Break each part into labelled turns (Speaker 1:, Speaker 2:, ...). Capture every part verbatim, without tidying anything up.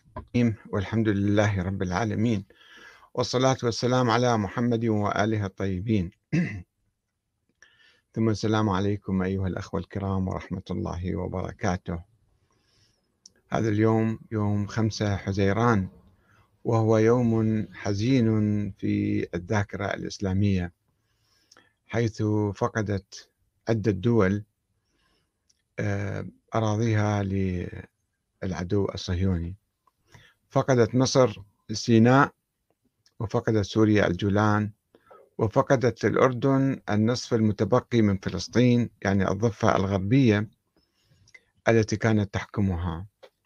Speaker 1: الرحيم والحمد لله رب العالمين والصلاة والسلام على محمد وآله الطيبين. ثم السلام عليكم أيها الأخوة الكرام ورحمة الله وبركاته. هذا اليوم يوم خمسة حزيران، وهو يوم حزين في الذاكرة الإسلامية، حيث فقدت عدة دول آه، أراضيها للعدو الصهيوني. فقدت مصر سيناء، وفقدت سوريا الجولان، وفقدت الأردن النصف المتبقي من فلسطين، يعني الضفة الغربية التي كانت تحكمها.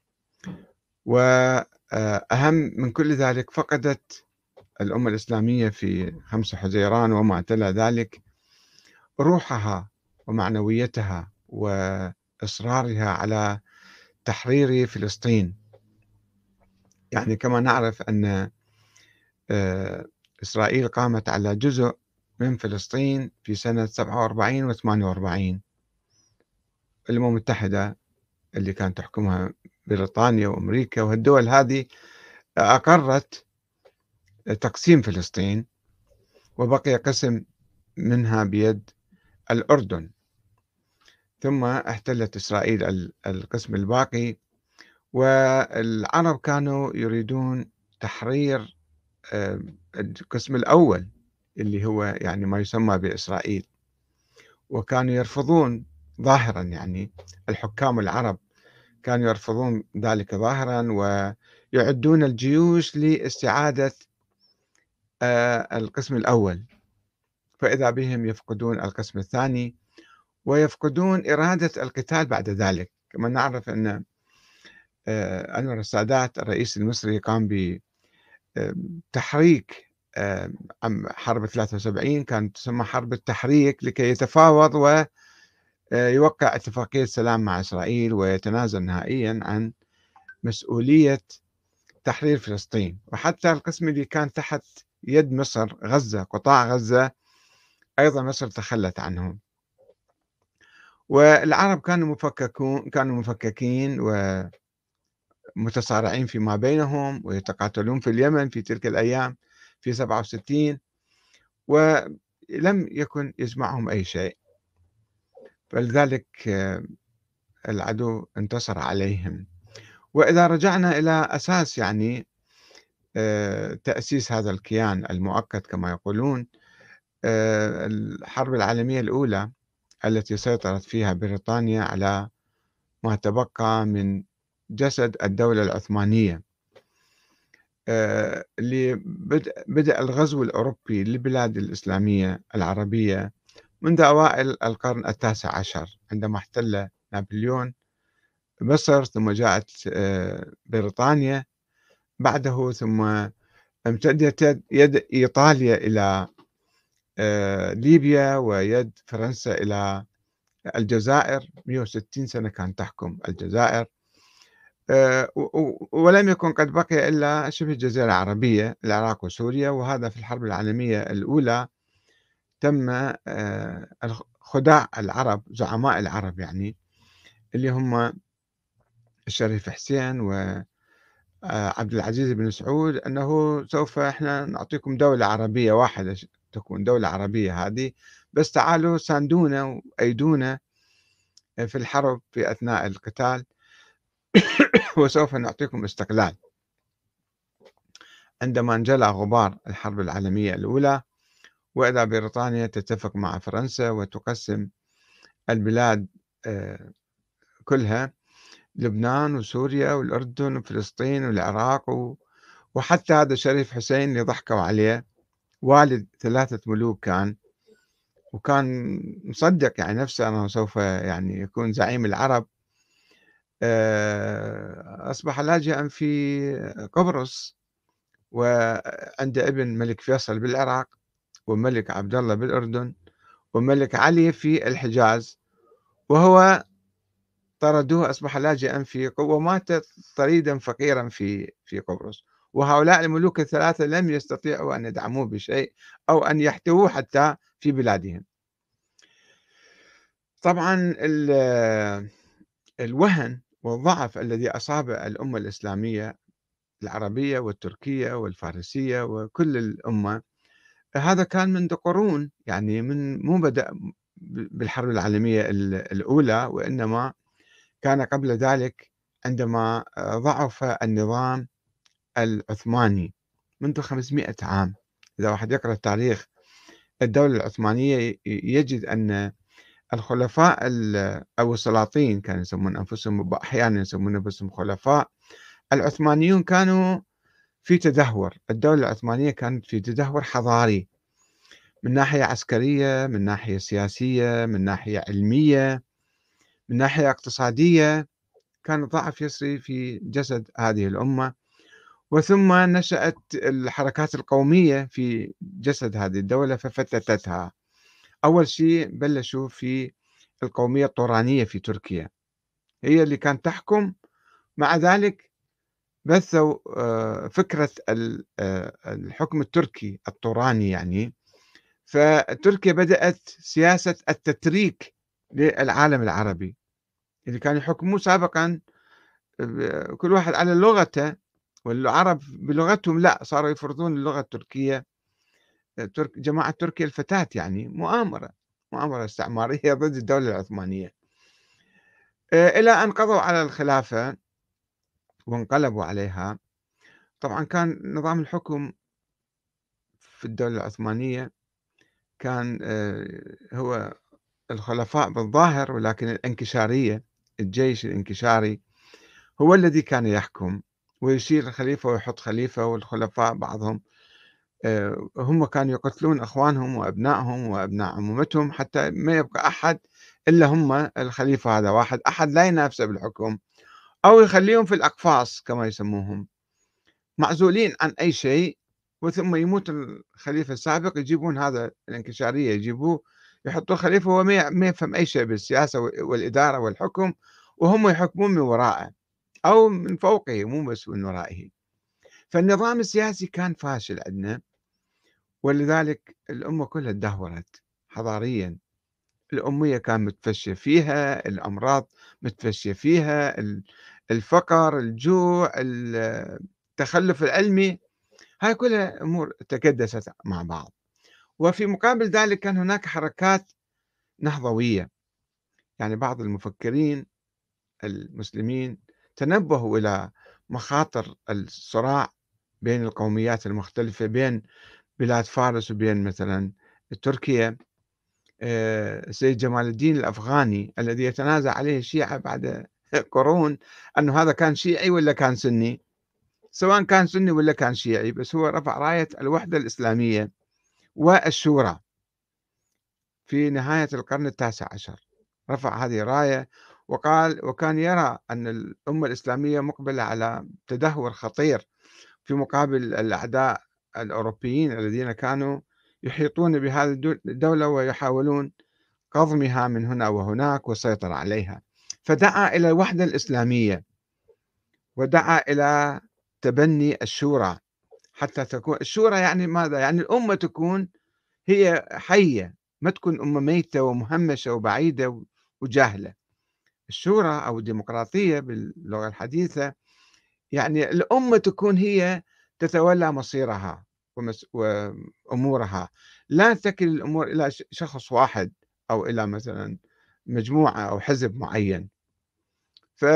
Speaker 1: وأهم من كل ذلك، فقدت الأمة الإسلامية في خمسة حزيران وما تلا ذلك روحها ومعنويتها وإصرارها على تحرير فلسطين. يعني كما نعرف أن آه، إسرائيل قامت على جزء من فلسطين في سنة سبعة وأربعين و ثمانية وأربعين. الأمم المتحدة اللي كانت تحكمها بريطانيا وأمريكا والدول هذه أقرت تقسيم فلسطين، وبقي قسم منها بيد الأردن. ثم احتلت إسرائيل ال- القسم الباقي، والعرب كانوا يريدون تحرير آه، القسم الأول اللي هو يعني ما يسمى بإسرائيل، وكانوا يرفضون ظاهرا، يعني الحكام العرب كانوا يرفضون ذلك ظاهرا، ويعدون الجيوش لاستعادة آه، القسم الأول. فإذا بهم يفقدون القسم الثاني ويفقدون إرادة القتال بعد ذلك. كما نعرف أن آه، أنور السادات الرئيس المصري قام بتحريك عام حرب ثلاثة وسبعين، كانت تسمى حرب التحريك، لكي يتفاوض ويوقع اتفاقية سلام مع إسرائيل ويتنازل نهائيا عن مسؤولية تحرير فلسطين. وحتى القسم اللي كان تحت يد مصر، غزة، قطاع غزة، أيضا مصر تخلت عنهم. والعرب كانوا مفككون كانوا مفككين ومتصارعين فيما بينهم، ويتقاتلون في اليمن في تلك الأيام في سبعة وستين، ولم يكن يجمعهم أي شيء. فلذلك آه، العدو انتصر عليهم. وإذا رجعنا إلى أساس يعني آه، تأسيس هذا الكيان المؤقت كما يقولون، آه، الحرب العالمية الأولى التي سيطرت فيها بريطانيا على ما تبقى من جسد الدولة العثمانية، آه، اللي بدأ بدأ الغزو الأوروبي للبلاد الإسلامية العربية منذ أوائل القرن التاسع عشر، عندما احتل نابليون مصر، ثم جاءت آه، بريطانيا بعده، ثم امتدت يد يد إيطاليا إلى آه، ليبيا، ويد فرنسا إلى الجزائر. مئة وستين سنة كانت تحكم الجزائر، آه، و- و- ولم يكن قد بقي إلا شبه الجزيرة العربية، العراق وسوريا. وهذا في الحرب العالمية الأولى تم آه، الخ- خداع العرب، زعماء العرب يعني، اللي هم الشريف حسين وعبد العزيز بن سعود، أنه سوف إحنا نعطيكم دولة عربية واحدة، ش- تكون دولة عربية هذه، بس تعالوا ساندونا وأيدونا في الحرب في أثناء القتال، وسوف نعطيكم استقلال. عندما انجلى غبار الحرب العالمية الأولى، وإذا بريطانيا تتفق مع فرنسا وتقسم البلاد آه، كلها، لبنان وسوريا والأردن وفلسطين والعراق، و- وحتى هذا شريف حسين اللي ضحكوا عليه، والد ثلاثة ملوك كان، وكان مصدق يعني نفسه أنه سوف يعني يكون زعيم العرب، آه، أصبح لاجئا في قبرص، وعنده ابن ملك فيصل بالعراق، وملك عبد الله بالأردن، وملك علي في الحجاز، وهو طردوه، أصبح لاجئا في ق- ومات طريدا فقيرا في في قبرص. وهؤلاء الملوك الثلاثة لم يستطيعوا أن يدعموه بشيء أو أن يحتووه حتى في بلادهم. طبعا ال- الوهن والضعف الذي أصاب الأمة الإسلامية العربية والتركية والفارسية وكل الأمة. هذا كان منذ قرون، يعني من مو بدأ بالحرب العالمية ال الأولى، وإنما كان قبل ذلك عندما آآ ضعف النظام العثماني منذ خمسمائة عام. إذا واحد يقرأ تاريخ الدولة العثمانية ي يجد أن الخلفاء ال أو السلاطين كانوا يسمون أنفسهم، أحيانًا يسمون أنفسهم خلفاء، العثمانيون كانوا في تدهور. الدولة العثمانية كانت في تدهور حضاري، من ناحية عسكرية، من ناحية سياسية، من ناحية علمية، من ناحية اقتصادية. كان الضعف يسري في جسد هذه الأمة، وثم نشأت الحركات القومية في جسد هذه الدولة ففتتتها. أول شيء بلشوا في القومية الطورانية في تركيا، هي اللي كانت تحكم. مع ذلك بثوا آه، فكرة ال- آه، الحكم التركي الطوراني يعني. فتركيا بدأت سياسة التتريك للعالم العربي اللي كانوا يحكموه سابقا، ب- كل واحد على لغته، والعرب بلغتهم لا، صاروا يفرضون اللغة التركية. ترك جماعة تركيا الفتاة يعني مؤامرة مؤامرة استعمارية ضد الدولة العثمانية، آه، إلى أن قضوا على الخلافة وانقلبوا عليها. طبعا كان نظام الحكم في الدولة العثمانية كان آه، هو الخلفاء بالظاهر، ولكن الانكشارية، الجيش الانكشاري هو الذي كان يحكم ويشيل الخليفة ويحط خليفة، والخلفاء بعضهم آه، هم كانوا يقتلون أخوانهم وأبنائهم وأبناء عمومتهم حتى ما يبقى أحد إلا هم الخليفة هذا واحد، أحد لا ينافسه بالحكم، أو يخليهم في الأقفاص كما يسموهم، معزولين عن أي شيء. وثم يموت الخليفة السابق يجيبون هذا الانكشارية، يجيبوه يحطوه خليفة وهو ما ما يفهم أي شيء بالسياسة والإدارة والحكم، وهم يحكمون من وراءه أو من فوقه مو بس من ورائه. فالنظام السياسي كان فاشل عندنا، ولذلك الأمة كلها تدهورت حضاريا. الأمية كان متفشية فيها، الأمراض متفشية فيها، ال- الفقر، الجوع، التخلف العلمي، هاي كلها أمور تكدست مع بعض. وفي مقابل ذلك كان هناك حركات نهضوية، يعني بعض المفكرين المسلمين تنبهوا إلى مخاطر الصراع بين القوميات المختلفة، بين بلاد فارس وبين مثلا تركيا. آه، سيد جمال الدين الأفغاني الذي يتنازع عليه الشيعة بعد قرون أنه هذا كان شيعي ولا كان سني، سواء كان سني ولا كان شيعي، بس هو رفع راية الوحدة الإسلامية والشورى في نهاية القرن التاسع عشر. رفع هذه الراية وقال، وكان يرى أن الأمة الإسلامية مقبلة على تدهور خطير في مقابل الأعداء الأوروبيين الذين كانوا يحيطون بهذه الدولة ويحاولون قضمها من هنا وهناك والسيطرة عليها. فدعا إلى الوحدة الإسلامية، ودعا إلى تبني الشورى، حتى تكون الشورى يعني ماذا؟ يعني الأمة تكون هي حية، ما تكون أمة ميتة ومهمشة وبعيدة وجاهلة. الشورى أو الديمقراطية باللغة الحديثة يعني الأمة تكون هي تتولى مصيرها ومس- وأمورها، لا تكل الأمور إلى ش- شخص واحد أو إلى مثلا مجموعة أو حزب معين. ف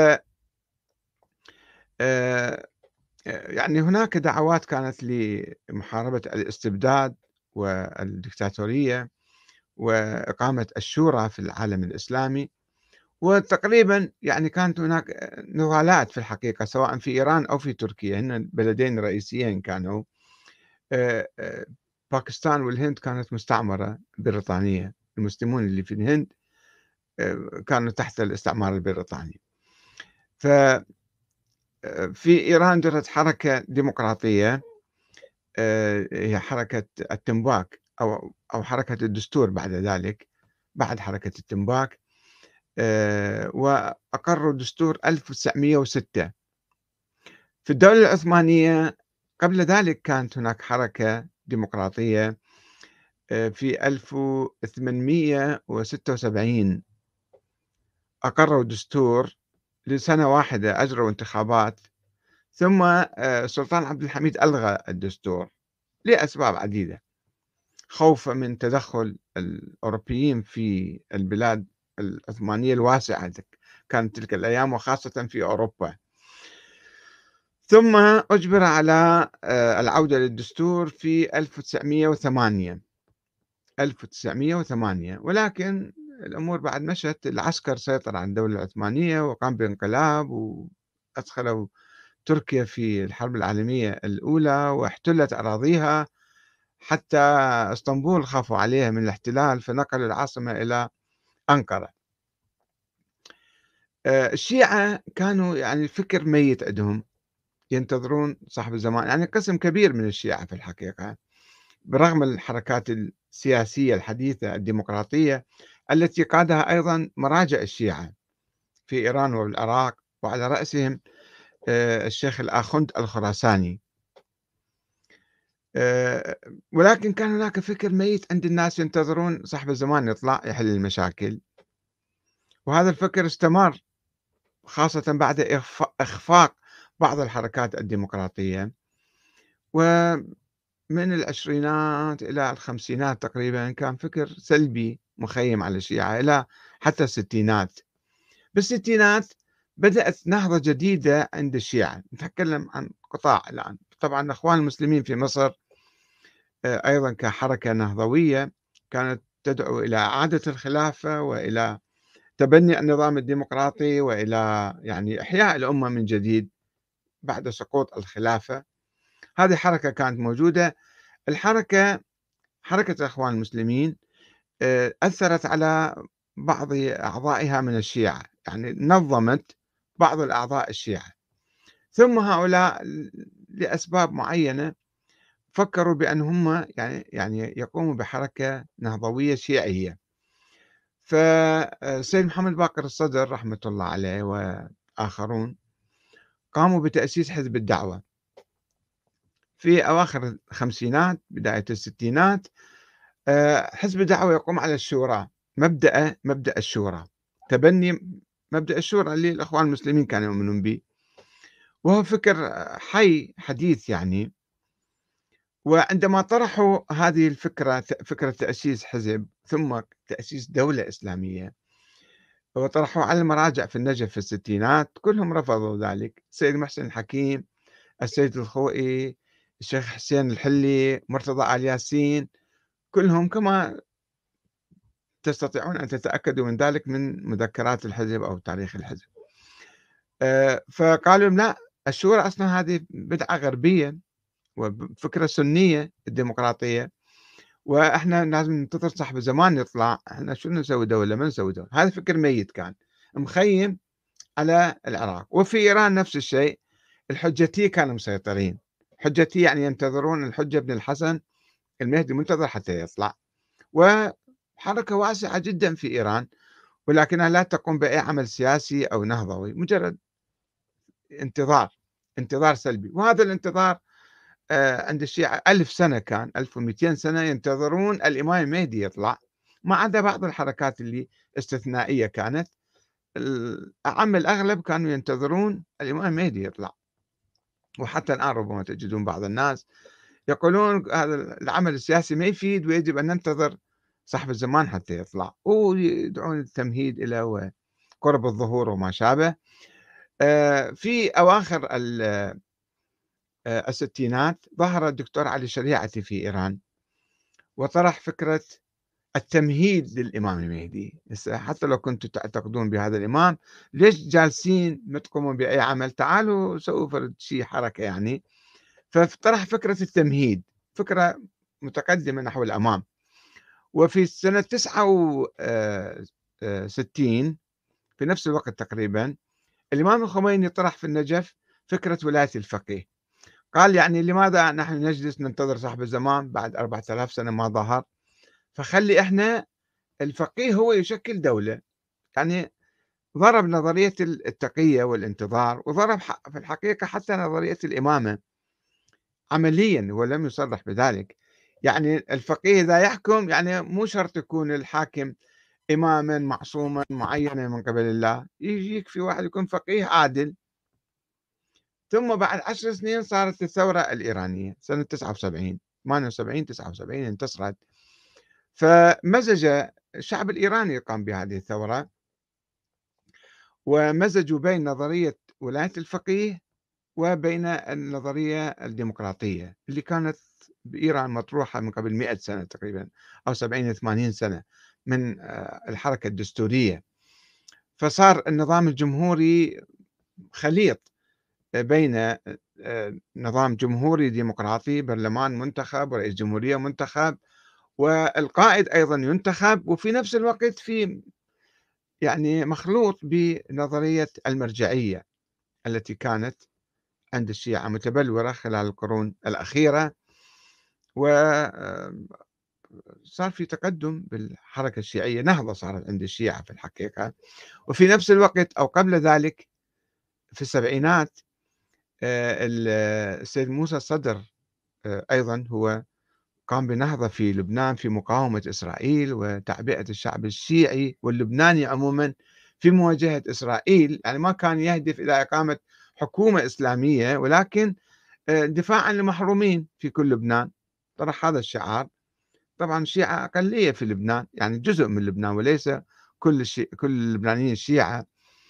Speaker 1: آه، يعني هناك دعوات كانت لمحاربة الاستبداد والدكتاتورية وإقامة الشورى في العالم الإسلامي. وتقريبا يعني كانت هناك نضالات في الحقيقة سواء في إيران أو في تركيا، هن بلدين رئيسيين كانوا. آه، آه، باكستان والهند كانت مستعمرة بريطانية، المسلمون اللي في الهند آه، كانوا تحت الاستعمار البريطاني. ففي إيران جرت حركة ديمقراطية، آه، هي حركة التنباك أو أو حركة الدستور بعد ذلك، بعد حركة التنباك. آه، وأقروا دستور ألف وتسعمائة وستة. في الدولة العثمانية قبل ذلك كانت هناك حركة ديمقراطية آه، في ألف وثمانمائة وستة وسبعين، أقروا دستور لسنة واحدة، أجروا انتخابات ثم آآ السلطان عبد الحميد ألغى الدستور لأسباب عديدة، خوفًا من تدخُّل الأوروبيين في البلاد العثمانية الواسعة تك كانت تلك الأيام وخاصةً في أوروبا. ثم أُجبر على آآ العودة للدستور في ألف وتسعمئة وثمانية ألف وتسعمئة وثمانية ولكن الأمور بعد مشت، العسكر سيطر على الدولة العثمانية وقام بانقلاب وأدخلوا تركيا في الحرب العالمية الأولى واحتلت أراضيها، حتى اسطنبول خافوا عليها من الاحتلال فنقلوا العاصمة إلى أنقرة. آآ الشيعة كانوا يعني الفكر ميت عندهم، ينتظرون صاحب الزمان، يعني قسم كبير من الشيعة في الحقيقة، برغم الحركات السياسية الحديثة الديمقراطية التي قادها أيضًا مراجع الشيعة في إيران والعراق، وعلى رأسهم آآ الشيخ الآخوند الخراساني. آآ ولكن كان هناك فكر ميت عند الناس ينتظرون صاحب الزمان يطلع يحل المشاكل، وهذا الفكر استمر خاصةً بعد إخف إخفاق بعض الحركات الديمقراطية، ومن العشرينات إلى الخمسينات تقريبًا كان فكر سلبي مخيم على الشيعة إلى حتى الستينات. بالستينات بدأت نهضة جديدة عند الشيعة، نتكلم عن قطاع الآن، طبعًا الإخوان المسلمين في مصر آآ أيضًا كحركة نهضوية كانت تدعو إلى إعادة الخلافة وإلى تبني النظام الديمقراطي وإلى يعني إحياء الأمة من جديد بعد سقوط الخلافة. هذه حركة كانت موجودة. الحركة حركة الإخوان المسلمين آآ أثّرت على بعض أعضائها من الشيعة، يعني نظّمت بعض الأعضاء الشيعة، ثم هؤلاء ل لأسباب معينة فكروا بأن هم يعني يعني يقوموا بحركة نهضوية شيعية. فالسيد محمد باقر الصدر رحمة الله عليه وآخرون قاموا بتأسيس حزب الدعوة في أواخر الخمسينات بداية الستينات. آآ حزب الدعوة يقوم على الشورى، مبدأه مبدأ الشورى، تبني مبدأ الشورى اللي الإخوان المسلمين كانوا يؤمنون به، وهو فكر حي حديث يعني. وعندما طرحوا هذه الفكرة فكرة تأسيس حزب ثم تأسيس دولة إسلامية وطرحوه على المراجع في النجف في الستينات، كلهم رفضوا ذلك، السيد محسن الحكيم، السيد الخوئي، الشيخ حسين الحلي، مرتضى آل ياسين، كلهم كما تستطيعون أن تتأكدوا من ذلك من مذكرات الحزب أو تاريخ الحزب. آآ فقالوا لهم لأ، الشورى أصلًا هذه بدعة غربية وفكرة سنية الديمقراطية، وإحنا لازم ننتظر صاحب الزمان يطلع، إحنا شنو نسوي دولة، ما نسوي دولة، هذا فكر ميت كان، مخيم على العراق. وفي إيران نفس الشيء، الحجتية كانوا مسيطرين، حجتية يعني ينتظرون الحجة بن الحسن المهدي منتظر حتى يطلع، وحركة واسعة جدًا في إيران، ولكنها لا تقوم بأي عمل سياسي أو نهضوي، مجرد انتظار، انتظار سلبي. وهذا الانتظار آآ عند الشيعة ألف سنة كان، ألف ومئتين سنة ينتظرون الإمام المهدي يطلع، ما عدا بعض الحركات اللي استثنائية كانت، الأعم الأغلب كانوا ينتظرون الإمام المهدي يطلع. وحتى الآن ربما تجدون بعض الناس يقولون هذا العمل السياسي ما يفيد ويجب أن ننتظر صاحب الزمان حتى يطلع، ويدعون التمهيد إلى وقرب الظهور وما شابه. آآ في أواخر ال آآ الستينات ظهر الدكتور علي الشريعتي في إيران، وطرح فكرة التمهيد للإمام المهدي. هسه حتى لو كنتم تعتقدون بهذا الإمام، ليش جالسين ما تقومون بأي عمل؟ تعالوا سووا فرد شي حركة يعني. فطرح فكرة التمهيد، فكرة متقدمة نحو الأمام. وفي سنة تسعة وستين في نفس الوقت تقريبًا، الإمام الخميني طرح في النجف فكرة ولاية الفقيه، قال يعني لماذا نحن نجلس ننتظر صاحب الزمان بعد أربعة آلاف سنة ما ظهر، فخلي إحنا الفقيه هو يشكل دولة. يعني ضرب نظرية ال التقية والانتظار، وضرب ح في الحقيقة حتى نظرية الإمامة عمليًا، هو لم يصرح بذلك. يعني الفقيه إذا يحكم يعني مو شرط يكون الحاكم إمامًا معصومًا معيّنًا من قبل الله، ي يكفي واحد يكون فقيه عادل. ثم بعد عشر سنين صارت الثورة الإيرانية سنة تسعة وسبعين، ثمانية وسبعين تسعة وسبعين انتصرت. فمزج الشعب الإيراني قام بهذه الثورة، ومزجوا بين نظرية ولاية الفقيه وبين النظرية الديمقراطية اللي كانت بإيران مطروحة من قبل مئة سنة تقريبا، أو سبعين ثمانين سنة من آه، الحركة الدستورية. فصار النظام الجمهوري خليط بين آه، نظام جمهوري ديمقراطي، برلمان منتخب ورئيس جمهورية منتخب، والقائد أيضا ينتخب، وفي نفس الوقت في يعني مخلوط بنظرية المرجعية التي كانت عند الشيعة متبلورة خلال القرون الأخيرة. وصار في تقدم بالحركة الشيعية، نهضة صارت عند الشيعة في الحقيقة. وفي نفس الوقت أو قبل ذلك في السبعينات آه، السيد موسى الصدر آه، أيضا هو قام بنهضة في لبنان في مقاومة إسرائيل وتعبئة الشعب الشيعي واللبناني عموما في مواجهة إسرائيل. يعني ما كان يهدف إلى إقامة حكومة إسلامية، ولكن آه، دفاعا عن المحرومين في كل لبنان. طرح هذا الشعار. طبعا الشيعة أقلية في لبنان، يعني جزء من لبنان وليس كل الشي... كل اللبنانيين الشيعة.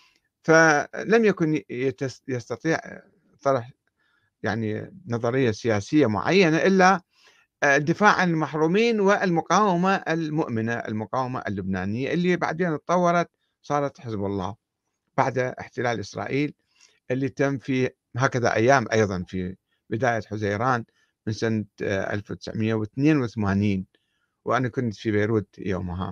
Speaker 1: فلم يكن يتس... يستطيع طرح يعني نظرية سياسية معينة إلا الدفاع عن المحرومين والمقاومة المؤمنة، المقاومة اللبنانية اللي بعدين اتطورت صارت حزب الله بعد احتلال إسرائيل، اللي تم في هكذا أيام أيضا في بداية حزيران من سنة آه، ألف وتسعمئة واثنين وثمانين. وأنا كنت في بيروت يومها،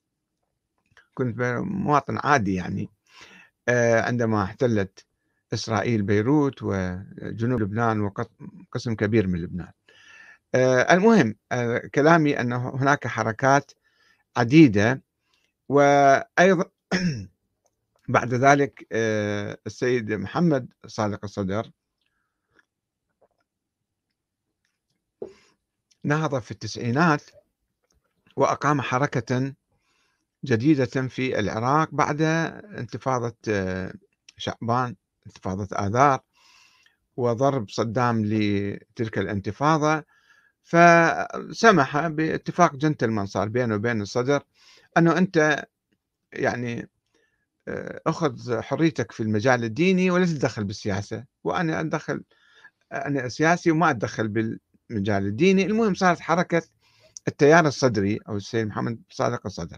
Speaker 1: كنت مواطن عادي يعني آه، عندما احتلت إسرائيل بيروت وجنوب لبنان وقسم كبير من لبنان. آه، المهم آه، كلامي أن هناك حركات عديدة. وأيضا بعد ذلك آه، السيد محمد صادق الصدر نهض في التسعينات وأقام حركة جديدة في العراق بعد انتفاضة آه، شعبان، انتفاضة آذار، وضرب صدام لتلك الانتفاضة. فسمح باتفاق جنتلمان صار بينه وبين الصدر أنه أنت يعني آه، أخذ حريتك في المجال الديني ولا تتدخل بالسياسة، وأنا أتدخل، أنا سياسي وما أتدخل بالمجال الديني. المهم صارت حركة التيار الصدري أو السيد محمد صادق الصدر.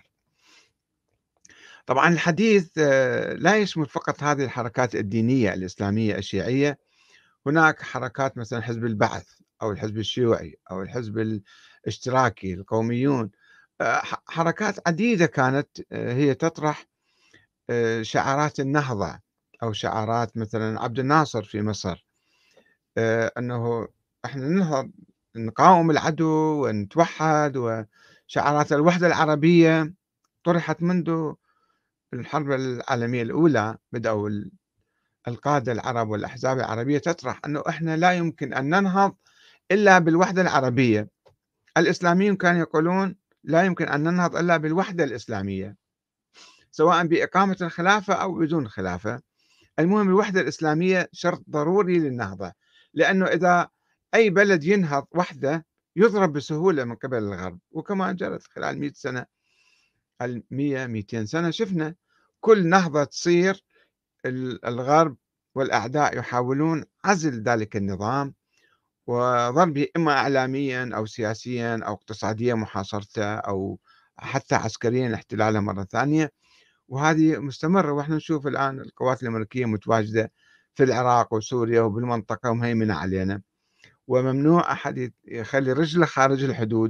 Speaker 1: طبعا الحديث آه، لا يشمل فقط هذه الحركات الدينية الإسلامية الشيعية. هناك حركات مثلا حزب البعث أو الحزب الشيوعي أو الحزب الاشتراكي القوميون. آه، حركات عديدة كانت آه، هي تطرح آه، شعارات النهضة أو شعارات مثلا عبد الناصر في مصر، آه، أنه احنا ننهض نقاوم العدو ونتوحد. وشعارات الوحدة العربية طرحت منذ الحرب العالمية الأولى. بدأوا القادة العرب والأحزاب العربية تطرح أنه إحنا لا يمكن أن ننهض إلا بالوحدة العربية. الإسلاميون كانوا يقولون لا يمكن أن ننهض إلا بالوحدة الإسلامية، سواء بإقامة الخلافة أو بدون خلافة. المهم الوحدة الإسلامية شرط ضروري للنهضة، لأنه إذا أي بلد ينهض وحده يضرب بسهولة من قبل الغرب، وكما جرت خلال مئة سنة، المئة مئتين سنة شفنا كل نهضة تصير الغرب والأعداء يحاولون عزل ذلك النظام وضربه إما إعلاميا أو سياسيا أو اقتصاديا محاصرته أو حتى عسكريا احتلاله مرة ثانية. وهذه مستمرة، واحنا نشوف الآن القوات الأمريكية متواجدة في العراق وسوريا وبالمنطقة ومهيمنة علينا، وممنوع أحد يخلي رجله خارج الحدود.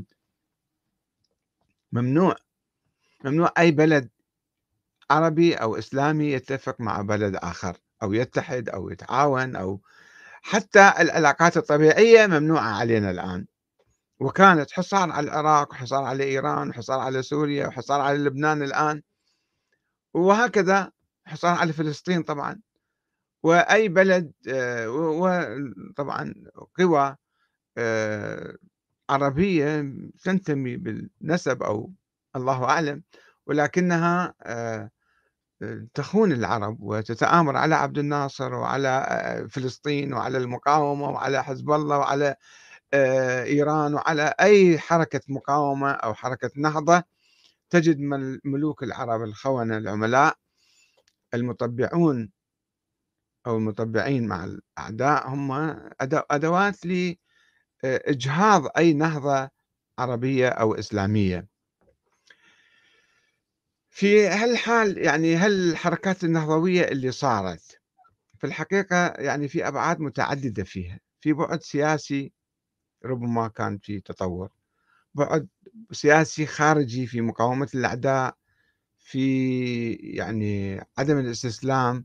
Speaker 1: ممنوع ممنوع أي بلد عربي أو إسلامي يتفق مع بلد آخر أو يتحد أو يتعاون، أو حتى العلاقات الطبيعية ممنوعة علينا الآن. وكانت حصار على العراق وحصار على إيران وحصار على سوريا وحصار على لبنان الآن، وهكذا حصار على فلسطين طبعا. وأي بلد آه، وطبعا قوى آه، عربية تنتمي بالنسب أو الله أعلم، ولكنها آه، تخون العرب وتتآمر على عبد الناصر وعلى آآ فلسطين وعلى المقاومة وعلى حزب الله وعلى آآ إيران وعلى أي حركة مقاومة أو حركة نهضة، تجد مل ملوك العرب الخونة العملاء المطبّعون أو المطبّعين مع الأعداء هم أد أدوات ل آآ إجهاض أي نهضة عربية أو إسلامية. في هالحال يعني هالحركات النهضوية اللي صارت، في الحقيقة يعني في أبعاد متعددة فيها، في بُعد سياسي ربما كان في تطوّر، بُعد سياسي خارجي في مقاومة الأعداء، في يعني عدم الاستسلام،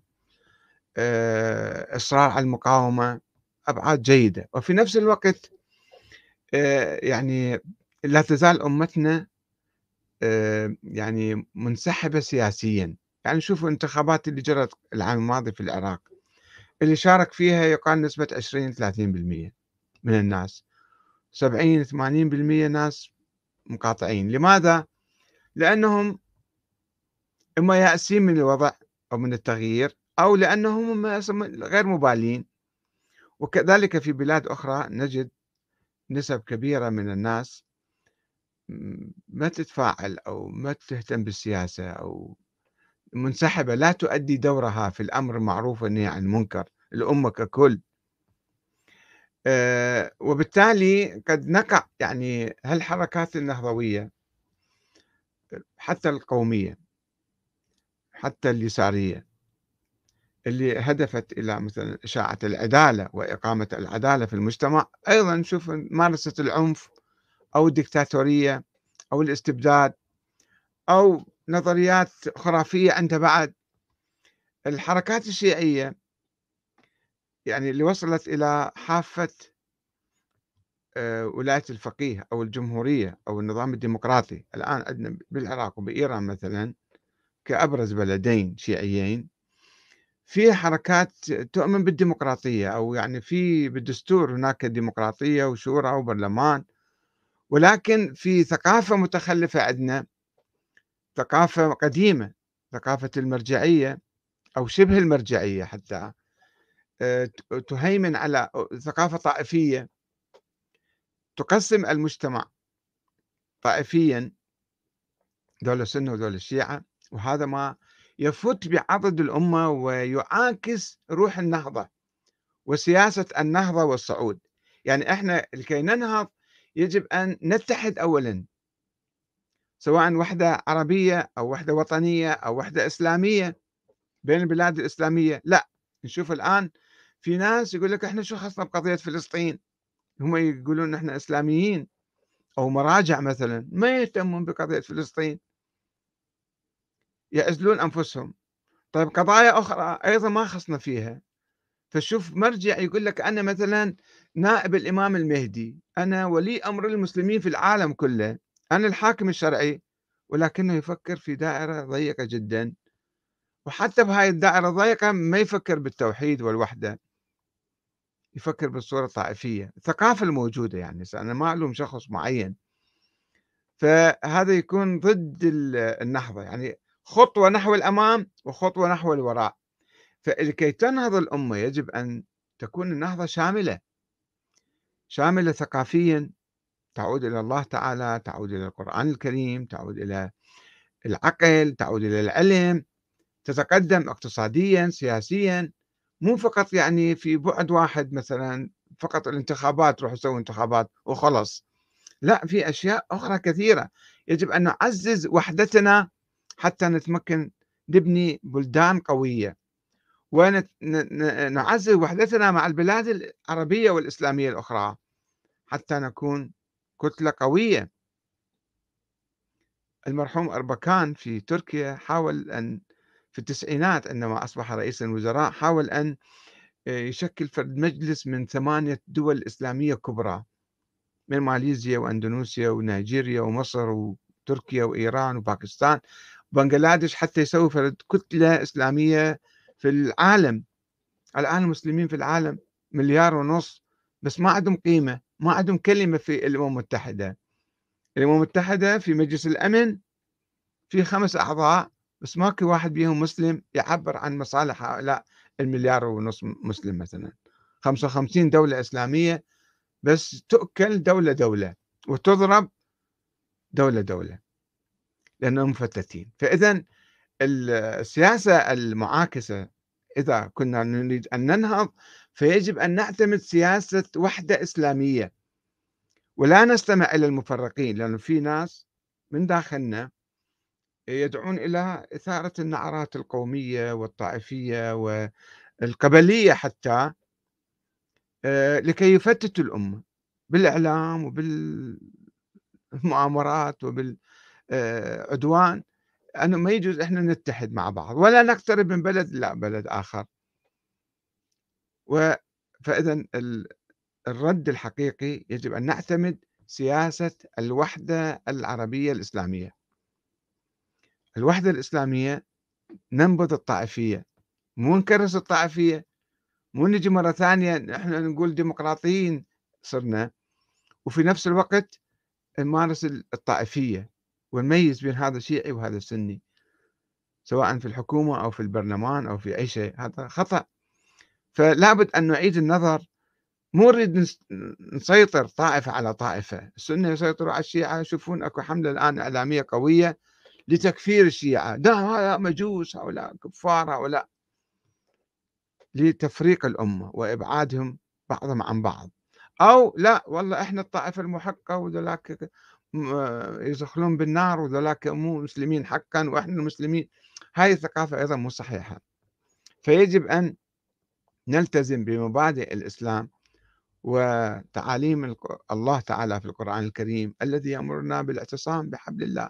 Speaker 1: آآ إصرار على المقاومة، أبعاد جيدة، وفي نفس الوقت آآ يعني لا تزال أمتنا آآ يعني منسحبة سياسيًا، يعني شوفوا الانتخابات اللي جرت العام الماضي في العراق، اللي شارك فيها يقال نسبة عشرين ثلاثين بالمئة من الناس، سبعين ثمانين بالمئة ناس مقاطعين، لماذا؟ لأنهم إما يائسين من الوضع أو من التغيير أو لأنهم هم أصلًا غير مبالين، وكذلك في بلاد أخرى نجد نسب كبيرة من الناس م ما تتفاعل أو ما تهتم بالسياسة أو منسحبة لا تؤدي دورها في الأمر المعروف والنهي عن المنكر، الأمة ككل. آآ وبالتالي قد نقع يعني هالحركات النهضوية حتى القومية، حتى اليسارية، اللي هدفت إلى مثلًا إشاعة العدالة وإقامة العدالة في المجتمع، أيضًا نشوف ممارسة العنف أو الديكتاتورية أو الاستبداد أو نظريات خرافية عندها بعد. الحركات الشيعية يعني اللي وصلت إلى حافة آآ ولاية الفقيه أو الجمهورية أو النظام الديمقراطي، الآن عندنا بالعراق وبإيران مثلًا كأبرز بلدين شيعيين، في حركات تؤمن بالديمقراطية أو يعني في بالدستور هناك ديمقراطية وشورى وبرلمان، ولكن في ثقافة متخلفة عندنا، ثقافة قديمة، ثقافة المرجعية أو شبه المرجعية حتى، آآ ت تهيمن على ثقافة طائفية، تقسّم المجتمع طائفيًا، دول السنة ودول الشيعة، وهذا ما يفُت بعضد الأمة ويعاكس روح النهضة وسياسة النهضة والصعود. يعني إحنا لكي ننهض يجب أن نتحد أولًا، سواء وحدة عربية أو وحدة وطنية أو وحدة إسلامية بين البلاد الإسلامية، لأ، نشوف الآن في ناس يقول لك إحنا شو خصنا بقضية فلسطين، هم يقولون إحنا إسلاميين أو مراجع مثلًا، ما يهتمون بقضية فلسطين، يعزلون أنفسهم. طيب قضايا أخرى أيضًا ما خصنا فيها، فشوف مرجع يقول لك أنا مثلًا نائب الإمام المهدي، أنا ولي أمر المسلمين في العالم كله، أنا الحاكم الشرعي، ولكنه يفكر في دائرة ضيقة جدًا، وحتى بهاي الدائرة الضيقة ما يفكر بالتوحيد والوحدة، يفكر بالصورة الطائفية، الثقافة الموجودة يعني، هسه أنا ما ألوم شخص معين، فهذا يكون ضد ال النهضة، يعني خطوة نحو الأمام وخطوة نحو الوراء. فلكي تنهض الأمة يجب أن تكون النهضة شاملة، شاملة ثقافيًا، تعود إلى الله تعالى، تعود إلى القرآن الكريم، تعود إلى العقل، تعود إلى العلم، تتقدم اقتصاديًا، سياسيًا، مو فقط يعني في بُعد واحد مثلًا فقط الانتخابات روحوا سووا انتخابات وخلاص، لأ في أشياء أخرى كثيرة، يجب أن نعزّز وحدتنا حتى نتمكن نبني بلدان قوية. ونت ن ن نعزّز وحدتنا مع البلاد العربية والإسلامية الأخرى، حتى نكون كتلة قوية. المرحوم أربكان في تركيا حاول أن في التسعينات عندما أصبح رئيسًا وزراء، حاول أن آآ يشكل فرد مجلس من ثمانية دول إسلامية كبرى، من ماليزيا وأندونيسيا ونيجيريا ومصر وتركيا وإيران وباكستان وبنغلاديش، حتى يسوي فرد كتلة إسلامية في العالم. الآن المسلمين في العالم مليار ونص، بس ما عندهم قيمة، ما عندهم كلمة في الأمم المتحدة. الأمم المتحدة في مجلس الأمن في خمس أعضاء بس ماكو واحد بيهم مسلم يعبّر عن مصالح هؤلاء المليار ونص مسلم مثلًا، خمسة وخمسين دولة إسلامية بس تؤكل دولة، دولة، وتضرب دولة، دولة، لأنهم مفتتين. فإذًا ال السياسة المعاكسة إذا كنا نريد أن ننهض فيجب أن نعتمد سياسة وحدة إسلامية، ولا نستمع إلى المفرقين، لأنه في ناس من داخلنا يدعون إلى إثارة النعرات القومية والطائفية والقبلية حتى آآ لكي يفتتوا الأمة بالإعلام وبالمؤامرات وبال آآ عدوان، أنه ما يجوز إحنا نتحد مع بعض ولا نقترب من بلد إلى بلد آخر. و فإذًا ال الرد الحقيقي يجب أن نعتمد سياسة الوحدة العربية الإسلامية. الوحدة الإسلامية ننبذ الطائفية، مو نكرس الطائفية، مو نجي مرة ثانية إحنا نقول ديمقراطيين صرنا، وفي نفس الوقت نمارس ال الطائفية، ونميز بين هذا شيعي وهذا سني، سواء في الحكومة أو في البرلمان أو في أي شيء، هذا خطأ. فلا بد أن نعيد النظر، مو نريد نس نسيطر طائفة على طائفة، السنة يسيطروا على الشيعة، يشوفون أكو حملة الآن إعلامية قوية لتكفير الشيعة، ده هؤلاء مجوس، هؤلاء كفار، هؤلاء لتفريق الأمة وإبعادهم بعضهم عن بعض، أو لأ والله إحنا الطائفة المحقة وذولاك م يدخلون بالنار وذولاك مو مسلمين حقًا وإحنا المسلمين، هاي الثقافة أيضًا مو صحيحة. فيجب أن نلتزم بمبادئ الإسلام وتعاليم الق الله تعالى في القرآن الكريم الذي يأمرنا بالاعتصام بحبل الله،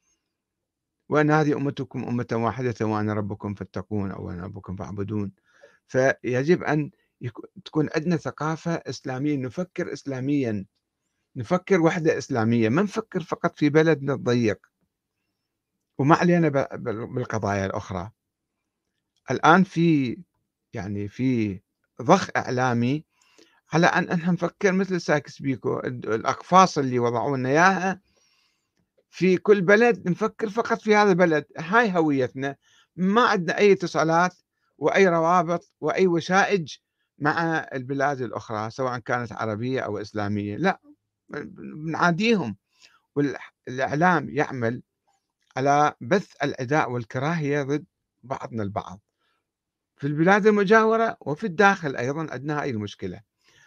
Speaker 1: وأن هذه أمتكم أمة واحدة وأنا ربكم فاتقون أو أنا ربكم فاعبدون. فيجب أن يك تكون عندنا ثقافة إسلامية، نفكر إسلاميًا، نفكر وحدة إسلامية، ما نفكر فقط في بلدنا الضيق وما علينا ب بال بالقضايا الأخرى. الآن في يعني في ضخ إعلامي على أن إحنا نفكر مثل سايكس بيكو ال الأقفاص اللي وضعوا لنا إياها في كل بلد نفكر فقط في هذا البلد، هاي هويتنا، ما عندنا أي اتصالات وأي روابط وأي وشائج مع البلاد الأخرى سواء كانت عربية أو إسلامية، لأ بنعاديهم. والإعلام يعمل على بث العداء والكراهية ضد بعضنا البعض في البلاد المجاورة وفي الداخل أيضًا عندنا هاي المشكلة.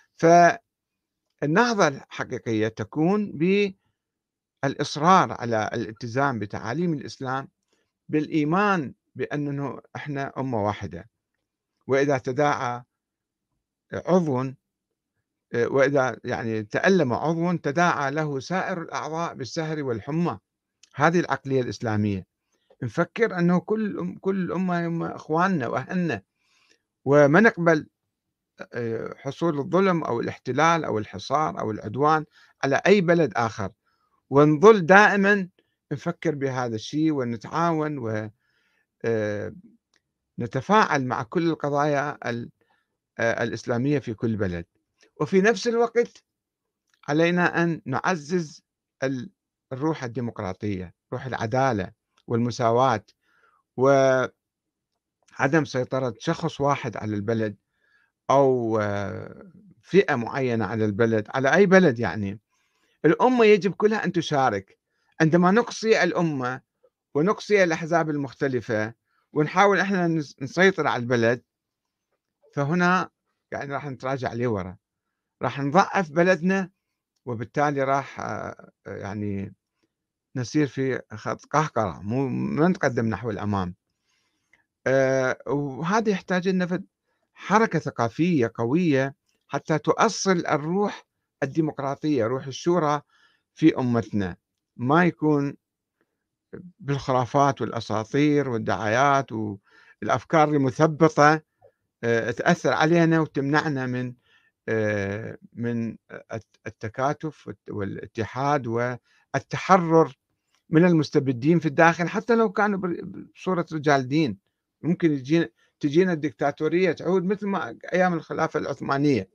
Speaker 1: فالنهضة الحقيقية تكون بالإصرار على الالتزام بتعاليم الإسلام، بالإيمان بأنه إحنا أمة واحدة، وإذا تداعى عضو آآ وإذا يعني تألم عضو تداعى له سائر الأعضاء بالسهر والحمى، هذه العقلية الإسلامية. نفكر أنه كل أم كل الأمة هم إخواننا وأهلنا، وما نقبل آآ حصول الظلم أو الاحتلال أو الحصار أو العدوان على أي بلد آخر، ونظل دائمًا نفكر بهذا الشيء ونتعاون و آآ نتفاعل مع كل القضايا ال آآ الإسلامية في كل بلد، وفي نفس الوقت علينا أن نعزّز ال الروح الديمقراطية، روح العدالة والمساواة، وعدم سيطرة شخص واحد على البلد أو آه، فئة معينة على البلد، على أي بلد يعني. الأمة يجب كلها أن تشارك، عندما نقصي الأمة ونقصي الأحزاب المختلفة ونحاول إحنا نس نسيطر على البلد، فهنا يعني راح نتراجع لورا، راح نضعف بلدنا، وبالتالي راح آآ يعني نسير في خط قهقرة، مو ما نتقدم نحو الأمام. آآ وهذا يحتاج لنا فد حركة ثقافية قوية حتى تؤصل الروح الديمقراطية، روح الشورى في أمتنا، ما يكون بالخرافات والأساطير والدعايات والأفكار المثبطة آآ تأثّر علينا وتمنعنا من آآ من الت التكاتف والت والاتحاد والتحرّر من المستبدين في الداخل، حتى لو كانوا ب بصورة رجال دين. ممكن يجينا تجينا الدكتاتورية تعود مثل ما أيام الخلافة العثمانية،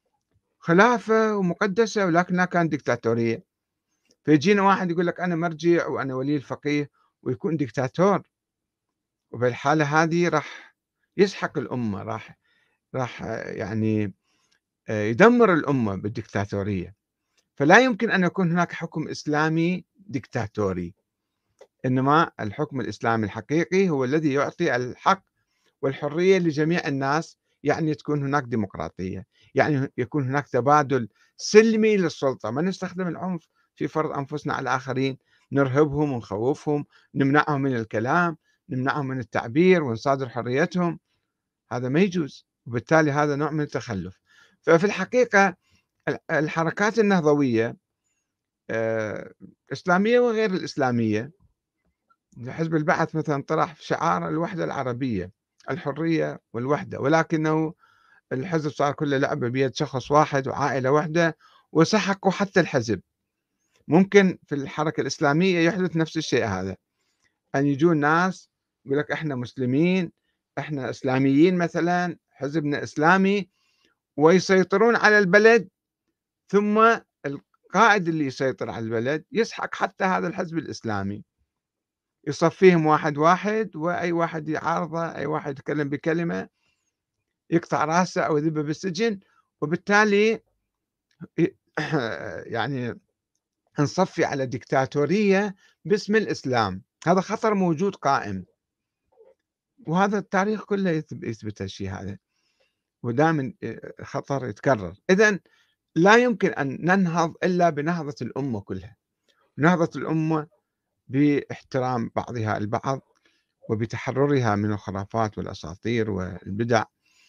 Speaker 1: خلافة ومقدسة ولكنها كانت ديكتاتورية. فيجينا واحد يقول لك أنا مرجع وأنا ولي الفقيه ويكون ديكتاتور، وبالحالة هذه راح يسحق الأمة، راح راح يعني آآ يدمّر الأمة بالديكتاتورية، فلا يمكن أن يكون هناك حكم إسلامي ديكتاتوري، إنما الحكم الإسلامي الحقيقي هو الذي يعطي الحق والحرية لجميع الناس، يعني تكون هناك ديمقراطية، يعني يكون هناك تبادل سلمي للسلطة، ما نستخدم العنف في فرض أنفسنا على الآخرين، نرهبهم ونخوفهم، نمنعهم من الكلام، نمنعهم من التعبير ونصادر حريتهم، هذا ما يجوز، وبالتالي هذا نوع من التخلف. ففي الحقيقة ال الحركات النهضوية آآ الإسلامية وغير الإسلامية، حزب البعث مثلًا طرح شعار الوحدة العربية، الحرية والوحدة، ولكنه الحزب صار كله لعبة بيد شخص واحد وعائلة واحدة وسحقوا حتى الحزب. ممكن في الحركة الإسلامية يحدث نفس الشيء هذا، أن يجون ناس يقول لك إحنا مسلمين، إحنا إسلاميين مثلًا، حزبنا إسلامي، ويسيطرون على البلد، ثم القائد اللي يسيطر على البلد يسحق حتى هذا الحزب الإسلامي، يصفيهم واحد واحد، وأي واحد يعارضه، أي واحد يتكلم بكلمة يقطع راسه أو يذبه بالسجن، وبالتالي ي يعني نصفّي على ديكتاتورية باسم الإسلام، هذا خطر موجود قائم، وهذا التاريخ كله يثب يثبت هالشي هذا، ودائمًا آآ خطر يتكرر. إذًا لا يمكن أن ننهض إلا بنهضة الأمة كلها، نهضة الأمة باحترام بعضها البعض، وبتحررها من الخرافات والأساطير والبدع،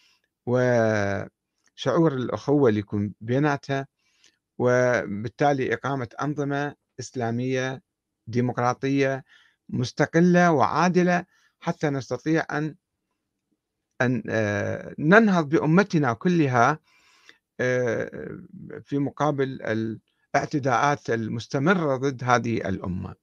Speaker 1: وشعور الأخوة اللي يكون بيناتها، وبالتالي إقامة أنظمة إسلامية ديمقراطية مستقلة وعادلة، حتى نستطيع أن أن آآ ننهض بأمتنا كلها آآ في مقابل الاعتداءات المستمرة ضد هذه الأمة.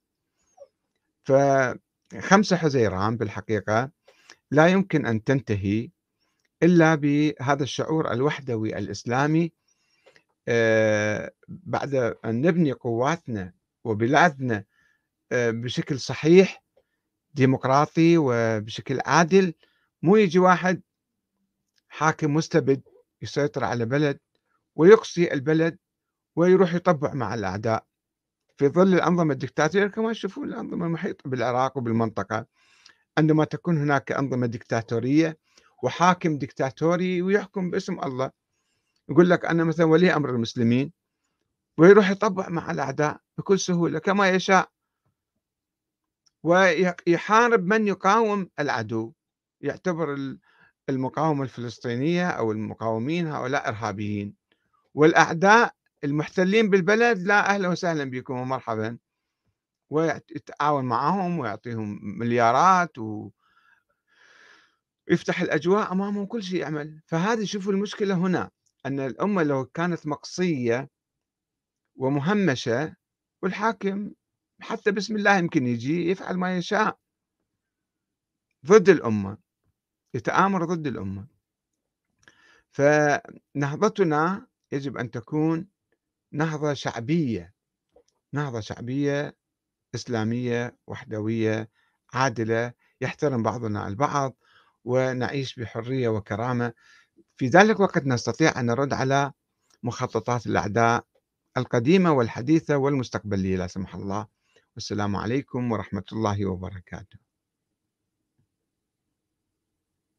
Speaker 1: فخمسة حزيران بالحقيقة لا يمكن أن تنتهي إلا بهذا الشعور الوحدوي الإسلامي، آآ بعد أن نبني قواتنا وبلادنا آآ بشكل صحيح ديمقراطي وبشكل عادل، مو يجي واحد حاكم مستبد يسيطر على بلد ويقصي البلد ويروح يطبع مع الأعداء في ظل الأنظمة الدكتاتورية كما تشوفون الأنظمة المحيطة بالعراق وبالمنطقة. عندما تكون هناك أنظمة دكتاتورية وحاكم دكتاتوري ويحكم باسم الله، يقول لك أنا مثلا ولي أمر المسلمين، ويروح يطبع مع الأعداء بكل سهولة كما يشاء، ويحارب من يقاوم العدو، يعتبر ال المقاومة الفلسطينية أو المقاومين هؤلاء إرهابيين، والأعداء المحتلين بالبلد لا أهلا وسهلا بكم ومرحبا، ويتعاون معهم ويعطيهم مليارات ويفتح الأجواء أمامهم، كل شيء يعمل. فهذه شوفوا المشكلة هنا، أن الأمة لو كانت مقصية ومهمشة، والحاكم حتى بسم الله يمكن يجي يفعل ما يشاء ضد الأمة، يتآمر ضد الأمة. فنهضتنا يجب أن تكون نهضة شعبية، نهضة شعبية إسلامية وحدوية عادلة، يحترم بعضنا البعض ونعيش بحرية وكرامة، في ذلك الوقت نستطيع أن نرد على مخططات الأعداء القديمة والحديثة والمستقبلية لا سمح الله. والسلام عليكم ورحمة الله وبركاته.